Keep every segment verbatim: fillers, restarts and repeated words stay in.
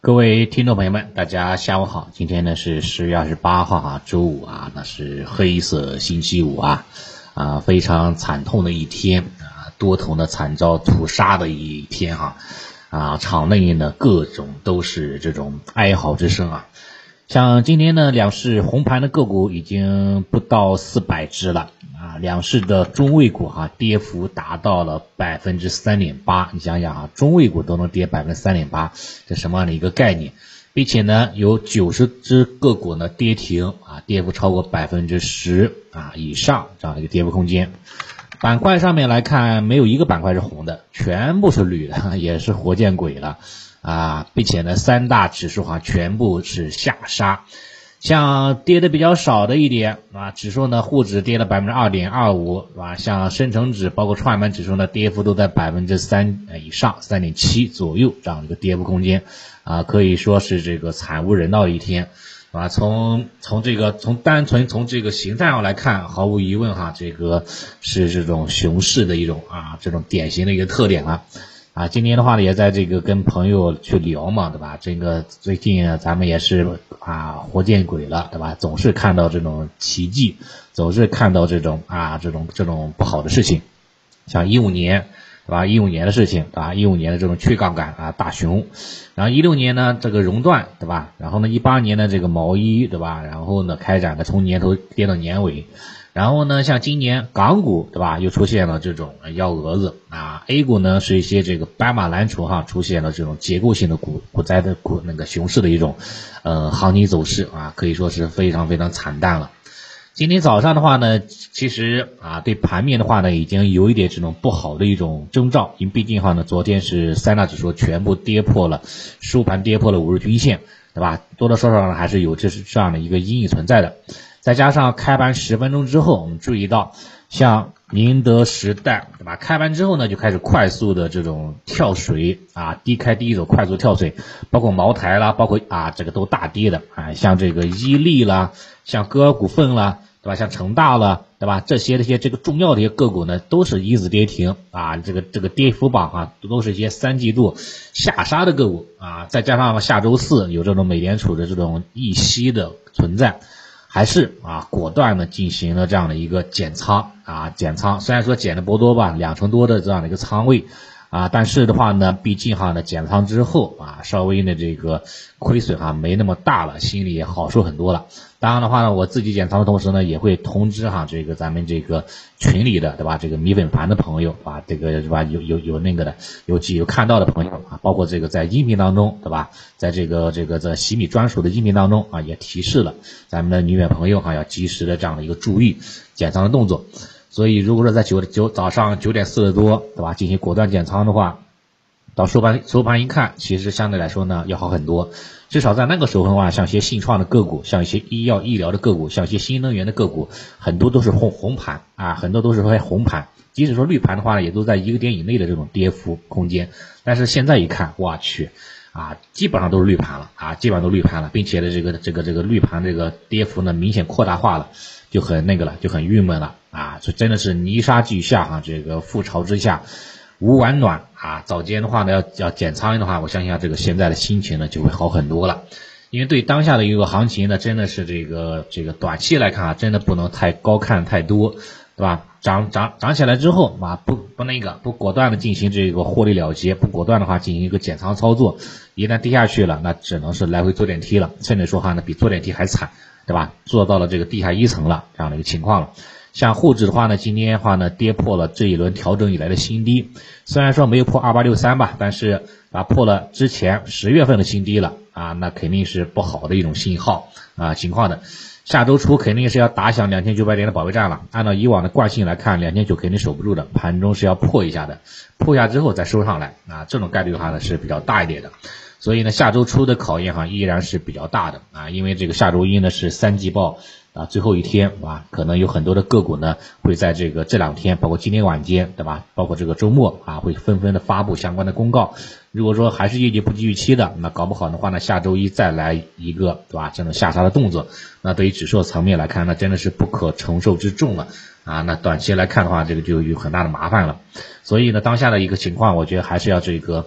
各位听众朋友们，大家下午好。今天呢是十月二十八号啊，周五啊，那是黑色星期五啊，啊非常惨痛的一天啊，多头呢惨遭屠杀的一天哈，啊场内呢各种都是这种哀嚎之声啊。像今天呢两市红盘的个股已经不到四百只了啊，两市的中位股哈、啊、跌幅达到了百分之三点八，你想想啊，中位股都能跌百分之三点八，这什么样的一个概念？并且呢有九十只个股呢跌停啊，跌幅超过百分之十啊以上这样的一个跌幅空间。板块上面来看，没有一个板块是红的，全部是绿的，也是活见鬼了。啊，并且呢，三大指数哈全部是下杀，像跌的比较少的一点啊，指数呢沪指跌了百分之二点二五，是吧？像深成指包括创业板指数呢，跌幅都在百分之三以上，三点七左右这样的一个跌幅空间啊，可以说是这个惨无人道的一天啊。从从这个从单纯从这个形态上来看，毫无疑问哈，这个是这种熊市的一种啊这种典型的一个特点了。啊，今天的话呢，也在这个跟朋友去聊嘛，对吧？这个最近咱们也是啊，活见鬼了，对吧？总是看到这种奇迹，总是看到这种啊，这种这种不好的事情，像一五年，对吧？一五年的事情，对吧？一五年的这种去杠杆啊，大熊，然后一六年呢，这个熔断，对吧？然后呢，一八年的这个毛衣，对吧？然后呢，开展的从年头跌到年尾。然后呢，像今年港股对吧，又出现了这种幺蛾子啊 ，A 股呢是一些这个斑马蓝筹哈，出现了这种结构性的股股灾的股那个熊市的一种呃行情走势啊，可以说是非常非常惨淡了。今天早上的话呢，其实啊对盘面的话呢，已经有一点这种不好的一种征兆，因为毕竟哈呢，昨天是三大指数全部跌破了，收盘跌破了五日均线，对吧？多多少少呢还是有这是这样的一个阴影存在的。再加上开盘十分钟之后，我们注意到像宁德时代，对吧？开盘之后呢，就开始快速的这种跳水啊，低开低走，快速跳水，包括茅台啦，包括啊这个都大跌的啊，像这个伊利啦，像歌尔股份啦，对吧？像成大啦，对吧？这些这些这个重要的一些个股呢，都是一字跌停啊，这个这个跌幅榜啊，都是一些三季度下杀的个股啊，再加上下周四有这种美联储的这种议息的存在。还是啊，果断的进行了这样的一个减仓啊，减仓。虽然说减的不多吧，两成多的这样的一个仓位啊，但是的话呢，毕竟哈呢减仓之后啊，稍微的这个亏损哈没那么大了，心里也好受很多了。当然的话呢，我自己减仓的同时呢，也会通知哈这个咱们这个群里的对吧，这个米粉盘的朋友啊，这个是吧有有有那个的有有看到的朋友啊，包括这个在音频当中对吧，在这个这个在洗米专属的音频当中啊，也提示了咱们的女粉朋友哈要及时的这样的一个注意减仓的动作。所以如果说在九九早上九点四十多对吧进行果断减仓的话，到收盘收盘一看，其实相对来说呢要好很多。至少在那个时候的话，像一些信创的个股，像一些医药医疗的个股，像一些新能源的个股，很多都是红红盘啊，很多都是会红盘。即使说绿盘的话呢，也都在一个点以内的这种跌幅空间。但是现在一看，我去啊，基本上都是绿盘了啊，基本上都绿盘了，并且的这个这个这个绿盘这个跌幅呢明显扩大化了，就很那个了，就很郁闷了啊！这真的是泥沙俱下哈，这个覆巢之下无完卵啊！早间的话呢，要要减仓的话，我相信啊，这个现在的心情呢就会好很多了。因为对当下的一个行情呢，真的是这个这个短期来看啊，真的不能太高看太多，对吧？涨涨涨起来之后啊，不不那个不果断的进行这个获利了结，不果断的话进行一个减仓操作，一旦跌下去了，那只能是来回坐电梯了，甚至说哈呢比坐电梯还惨，对吧？做到了这个地下一层了这样的一个情况了。像沪指的话呢，今天的话呢跌破了这一轮调整以来的新低，虽然说没有破二八六三吧，但是啊破了之前十月份的新低了啊，那肯定是不好的一种信号啊情况的。下周初肯定是要打响两千九百点的保卫战了，按照以往的惯性来看，两千九肯定守不住的，盘中是要破一下的，破下之后再收上来啊，这种概率的话呢是比较大一点的。所以呢，下周初的考验哈依然是比较大的啊，因为这个下周一呢是三季报啊最后一天啊，可能有很多的个股呢会在这个这两天，包括今天晚间对吧，包括这个周末啊会纷纷的发布相关的公告。如果说还是业绩不及预期的，那搞不好的话呢，下周一再来一个对吧这种下杀的动作，那对于指数层面来看，那真的是不可承受之重了啊。那短期来看的话，这个就有很大的麻烦了。所以呢，当下的一个情况，我觉得还是要这个。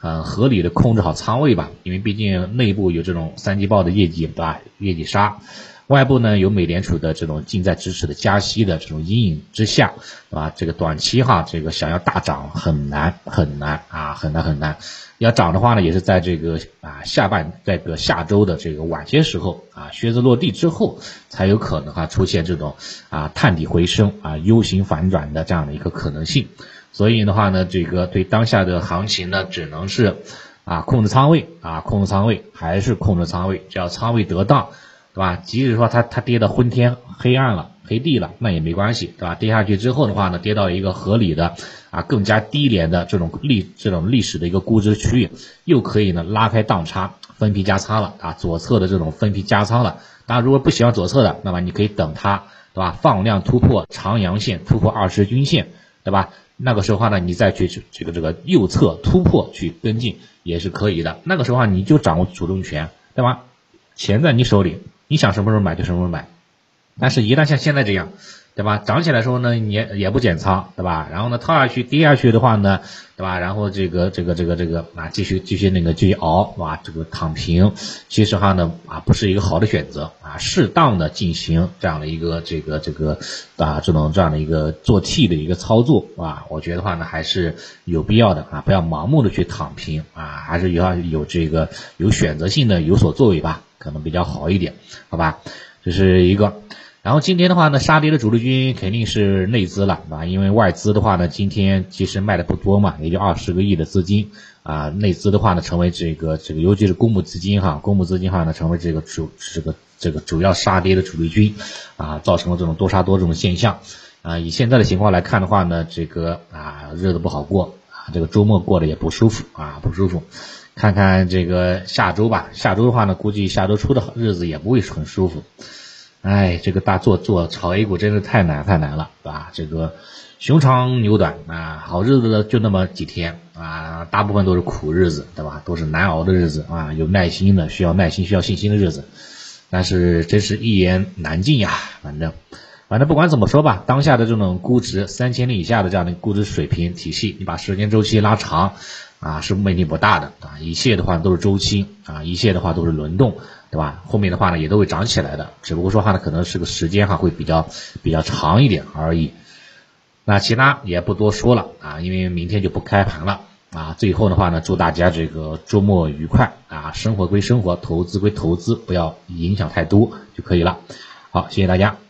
很合理的控制好仓位吧，因为毕竟内部有这种三季报的业绩，对吧？业绩杀。外部呢有美联储的这种近在咫尺的加息的这种阴影之下，对吧？这个短期哈，这个想要大涨很难很难啊，很难很难。要涨的话呢，也是在这个啊下半这个下周的这个晚些时候啊，靴子落地之后，才有可能哈出现这种啊探底回升啊 U 型反转的这样的一个可能性。所以的话呢，这个对当下的行情呢，只能是啊控制仓位啊控制仓位，还是控制仓位，只要仓位得当。对吧？即使说它它跌到昏天黑暗了、黑地了，那也没关系，对吧？跌下去之后的话呢，跌到一个合理的啊更加低廉的这种历这种历史的一个估值区域，又可以呢拉开档差，分批加仓了啊，左侧的这种分批加仓了。当然，如果不喜欢左侧的，那么你可以等它，对吧？放量突破长阳线，突破二十均线，对吧？那个时候呢，你再去这个这个右侧突破去跟进也是可以的。那个时候你就掌握主动权，对吧？钱在你手里。你想什么时候买就什么时候买，但是一旦像现在这样，对吧？涨起来的时候呢，你也也不减仓，对吧？然后呢，套下去跌下去的话呢，对吧？然后这个这个这个这个啊，继续继续那个继续熬，哇，这个躺平，其实哈呢啊，不是一个好的选择啊，适当的进行这样的一个这个这个啊这种这样的一个做 T 的一个操作啊，我觉得话呢还是有必要的啊，不要盲目的去躺平啊，还是要有这个有选择性的有所作为吧。可能比较好一点，好吧，这是一个。然后今天的话呢，杀跌的主力军肯定是内资了啊，因为外资的话呢，今天其实卖的不多嘛，也就二十个亿的资金啊，内资的话呢，成为这个这个，尤其是公募资金哈，公募资金哈呢，成为这个主这个这个主要杀跌的主力军啊，造成了这种多杀多这种现象啊。以现在的情况来看的话呢，这个啊日子不好过啊，这个周末过得也不舒服啊，不舒服。看看这个下周吧，下周的话呢，估计下周初的日子也不会很舒服。哎，这个大做做炒 A 股真是太难太难了，对吧？这个熊长牛短啊，好日子就那么几天啊，大部分都是苦日子，对吧？都是难熬的日子啊，有耐心的，需要耐心、需要信心的日子。但是真是一言难尽呀，反正。反正不管怎么说吧，当下的这种估值三千零以下的这样的估值水平体系，你把时间周期拉长啊，是问题不大的啊。一切的话都是周期啊，一切的话都是轮动，对吧？后面的话呢也都会涨起来的，只不过说话呢可能是个时间哈会比较比较长一点而已。那其他也不多说了啊，因为明天就不开盘了啊。最后的话呢，祝大家这个周末愉快啊，生活归生活，投资归投资，不要影响太多就可以了。好，谢谢大家。